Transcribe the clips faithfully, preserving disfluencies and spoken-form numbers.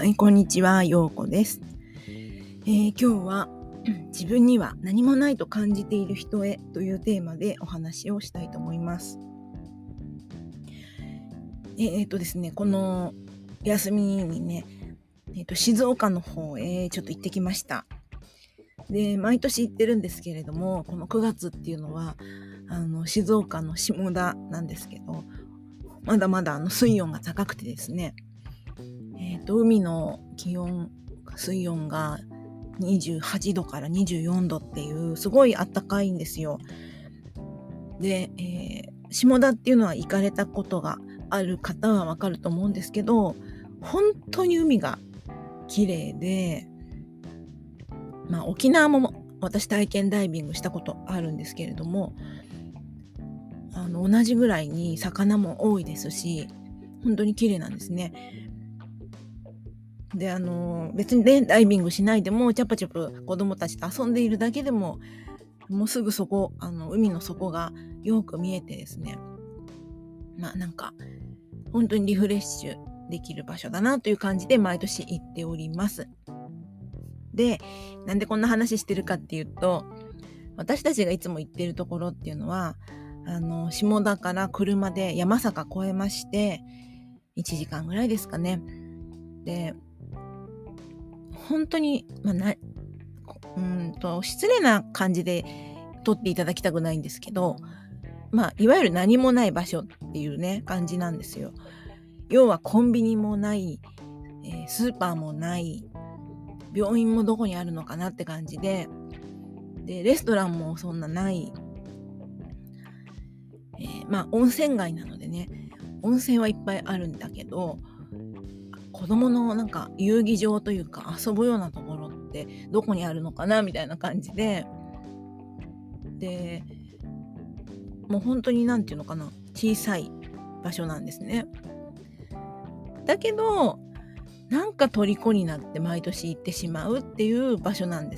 い、こんにちは、ようこです。えー、今日は自分には何もないと感じている人へというテーマでお話をしたいと思います。えー、えーとですね、この休みにね、えーと静岡の方へちょっと行ってきました。で、毎年行ってるんですけれども、このくがつっていうのはあの静岡の下田なんですけど、まだまだあの水温が高くてですね、えーと海の気温水温がにじゅうはちどからにじゅうよんどっていうすごい暖かいんですよ。で、えー、下田っていうのは行かれたことがある方はわかると思うんですけど、本当に海が綺麗で、まあ沖縄も私体験ダイビングしたことあるんですけれども、あの同じぐらいに魚も多いですし、本当に綺麗なんですね。で、あの別にねダイビングしないでもチャパチャパ子供たちと遊んでいるだけでももうすぐそこあの海の底がよく見えてですね、まあなんか本当にリフレッシュできる場所だなという感じで毎年行っております。で、なんでこんな話してるかっていうと、私たちがいつも行ってるところっていうのはあの下田から車で山坂越えましていちじかんぐらいですかね。で、本当に、まあ、なうんと失礼な感じで撮っていただきたくないんですけど、まあいわゆる何もない場所っていうね感じなんですよ。要はコンビニもない、えー、スーパーもない、病院もどこにあるのかなって感じで、でレストランもそんなない、えー、まあ温泉街なのでね、温泉はいっぱいあるんだけど、子供のなんか遊技場というか遊ぶようなところってどこにあるのかなみたいな感じで、でもう本当になんていうのかな、小さい場所なんですね。だけどなんか虜になって毎年行ってしまうっていう場所なんです。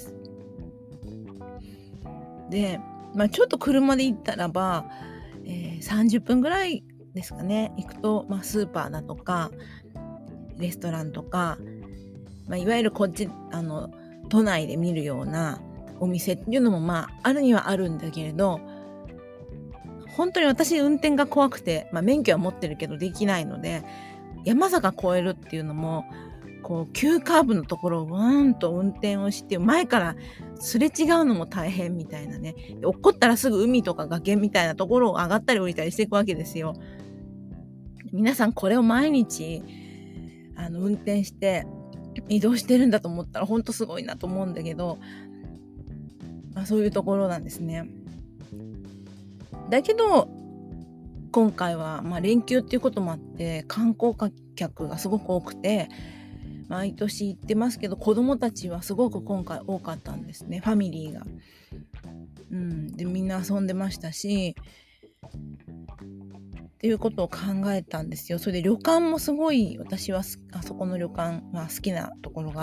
で、まあちょっと車で行ったらば、えー、さんじゅっぷんぐらいですかね、行くと、まあ、スーパーだとかレストランとか、まあ、いわゆるこっちあの都内で見るようなお店っていうのもまああるにはあるんだけれど、本当に私運転が怖くて、まあ、免許は持ってるけどできないので、山坂越えるっていうのもこう急カーブのところをワーンと運転をして前からすれ違うのも大変みたいなね。で落っこったらすぐ海とか崖みたいなところを上がったり降りたりしていくわけですよ。皆さんこれを毎日あの運転して移動してるんだと思ったら本当すごいなと思うんだけど、まあ、そういうところなんですね。だけど今回はまあ連休っていうこともあって観光客がすごく多くて、毎年行ってますけど子供たちはすごく今回多かったんですね、ファミリーが。うん、でみんな遊んでましたしっていうことを考えたんですよ。それで旅館もすごい私はあそこの旅館は好きなところがあって、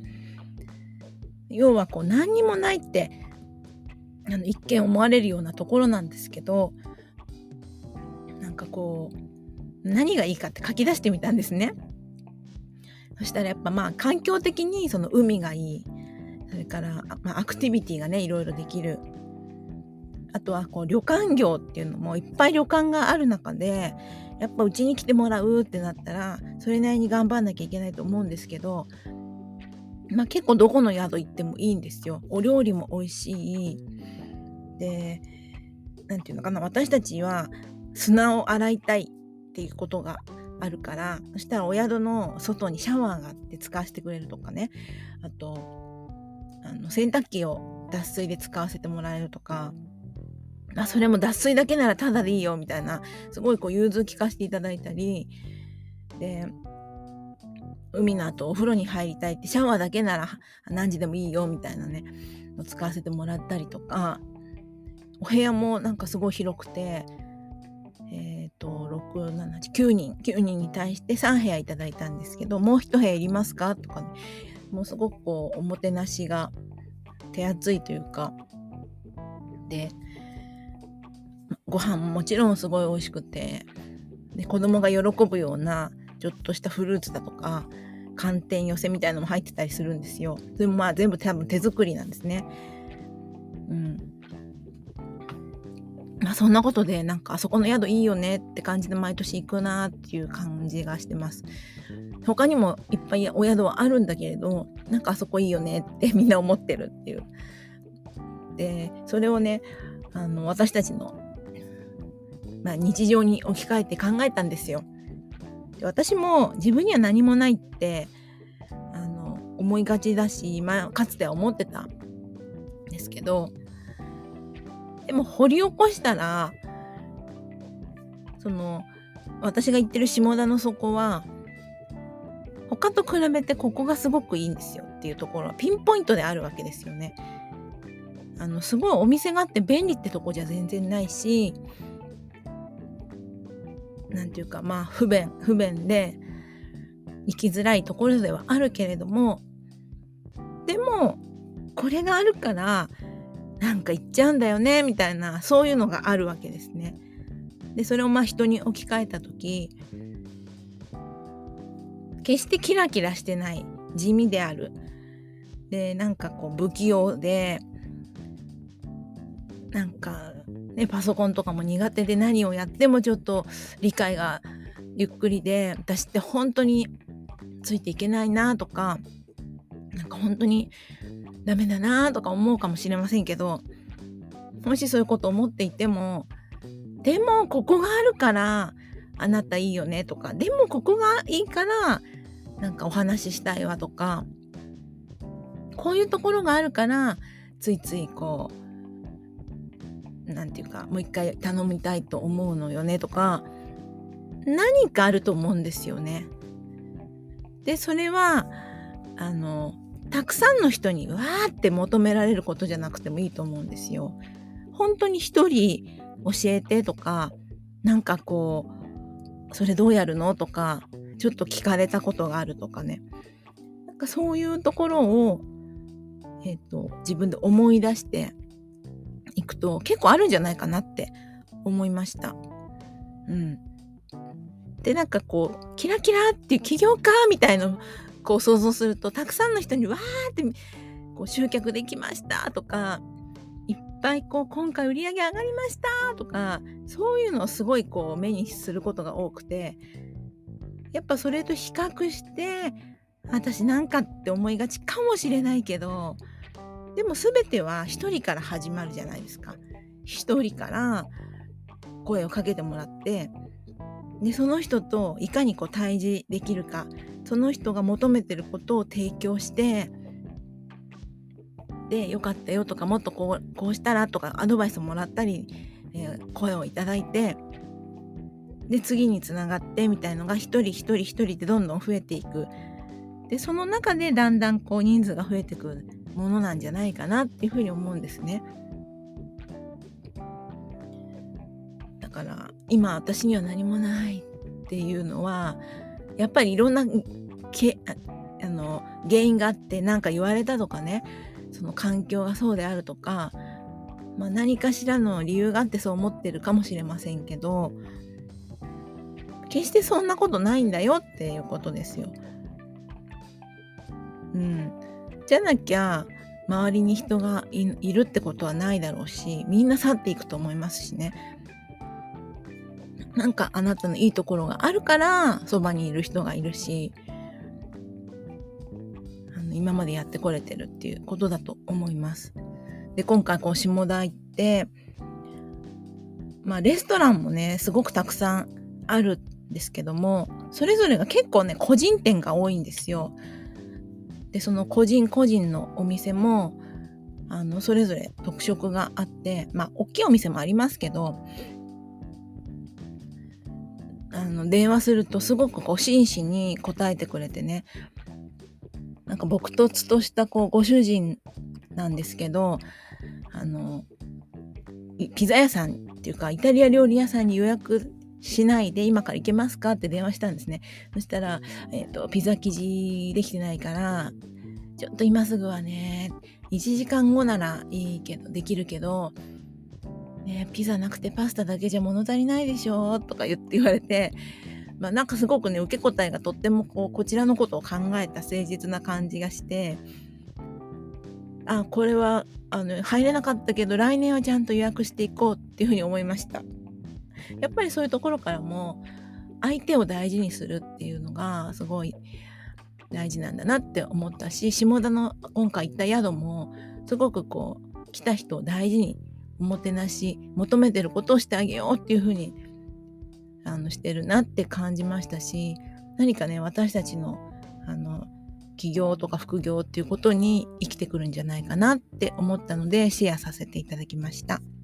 要はこう何にもないってあの一見思われるようなところなんですけど、なんかこう何がいいかって書き出してみたんですね。そしたらやっぱまあ環境的にその海がいい、それから、まあ、アクティビティがねいろいろできる、あとはこう旅館業っていうのもいっぱい旅館がある中でやっぱうちに来てもらうってなったらそれなりに頑張んなきゃいけないと思うんですけど、まあ結構どこの宿行ってもいいんですよ。お料理も美味しいで、なんていうのかな、私たちは砂を洗いたいっていうことがあるから、そしたらお宿の外にシャワーがあって使わせてくれるとかね、あとあの洗濯機を脱水で使わせてもらえるとか、あそれも脱水だけならタダでいいよみたいな、すごいこう融通聞かせていただいたりで、海の後お風呂に入りたいってシャワーだけなら何時でもいいよみたいなねの使わせてもらったりとか、お部屋もなんかすごい広くて、えっとろく、なな、はち、きゅうにんきゅうにんに対してさんへやいただいたんですけど、もう一部屋いりますかとかね、もうすごくこうおもてなしが手厚いというかで、ご飯ももちろんすごい美味しくて、で子供が喜ぶようなちょっとしたフルーツだとか寒天寄せみたいなのも入ってたりするんですよ。でもまあ全部多分手作りなんですね。うん。まあそんなことでなんかあそこの宿いいよねって感じで毎年行くなっていう感じがしてます。他にもいっぱいお宿はあるんだけれど、なんかあそこいいよねってみんな思ってるっていう。で、それをね、あの私たちの、まあ、日常に置き換えて考えたんですよ。で、私も自分には何もないってあの思いがちだし、まあ、かつては思ってたんですけど、でも掘り起こしたら、その私が言ってる下田の底は他と比べてここがすごくいいんですよっていうところはピンポイントであるわけですよね。あのすごいお店があって便利ってとこじゃ全然ないし、なんていうかまあ不便不便で行きづらいところではあるけれども、でもこれがあるからなんか行っちゃうんだよねみたいな、そういうのがあるわけですね。でそれをまあ人に置き換えた時、決してキラキラしてない、地味である、でなんかこう不器用で、なんかねパソコンとかも苦手で何をやってもちょっと理解がゆっくりで、私って本当についていけないなとか、なんか本当にダメだなとか思うかもしれませんけど、もしそういうこと思っていても、でもここがあるからあなたいいよねとか、でもここがいいからなんかお話ししたいわとか、こういうところがあるからついついこうなんていうかもう一回頼みたいと思うのよねとか、何かあると思うんですよね。でそれはあのたくさんの人にわーって求められることじゃなくてもいいと思うんですよ。本当に一人教えてとか、なんかこうそれどうやるのとか、ちょっと聞かれたことがあるとかね、なんかそういうところを、えーと、自分で思い出していくと結構あるんじゃないかなって思いました。うん。でなんかこうキラキラっていう起業家みたいのこう想像すると、たくさんの人にわーってこう集客できましたとか、いっぱいこう今回売り上げ上がりましたとか、そういうのをすごいこう目にすることが多くて、やっぱそれと比較して私なんかって思いがちかもしれないけど、でも全ては一人から始まるじゃないですか。一人から声をかけてもらって、でその人といかにこう対峙できるか、その人が求めてることを提供して、でよかったよとか、もっとこうこうしたらとかアドバイスをもらったり、えー声をいただいて、で次につながってみたいのが一人一人一人でどんどん増えていく。でその中でだんだんこう人数が増えてくるものなんじゃないかなっていうふうに思うんですね。だから今私には何もないっていうのは、やっぱりいろんなけああの原因があって、何か言われたとかね、その環境がそうであるとか、まあ、何かしらの理由があってそう思ってるかもしれませんけど、決してそんなことないんだよっていうことですよ。うん。じゃなきゃ周りに人が い, いるってことはないだろうし、みんな去っていくと思いますしね。なんかあなたのいいところがあるからそばにいる人がいるし、あの今までやってこれてるっていうことだと思います。で今回こう下田行って、まあレストランもねすごくたくさんあるんですけども、それぞれが結構ね個人店が多いんですよ。でその個人個人のお店もあのそれぞれ特色があって、まあ大きいお店もありますけど、あの電話するとすごくこう真摯に答えてくれてね、なんか朴訥としたこうご主人なんですけど、あのピザ屋さんっていうかイタリア料理屋さんに予約しないで今から行けますかって電話したんですね。そしたら、えーと、ピザ生地できてないからちょっと今すぐはね、いちじかんごならいいけどできるけど、ね、ピザなくてパスタだけじゃ物足りないでしょとか言って言われて、 まあ、なんかすごくね、受け答えがとってもこう、こちらのことを考えた誠実な感じがして、あ、これは、あの、入れなかったけど、来年はちゃんと予約していこうっていうふうに思いました。やっぱりそういうところからも、相手を大事にするっていうのがすごい大事なんだなって思ったし、下田の今回行った宿も、すごくこう、来た人を大事におもてなし、求めてることをしてあげようっていうふうに、あの、してるなって感じましたし、何かね、私たちの、あの、起業とか副業っていうことに生きてくるんじゃないかなって思ったので、シェアさせていただきました。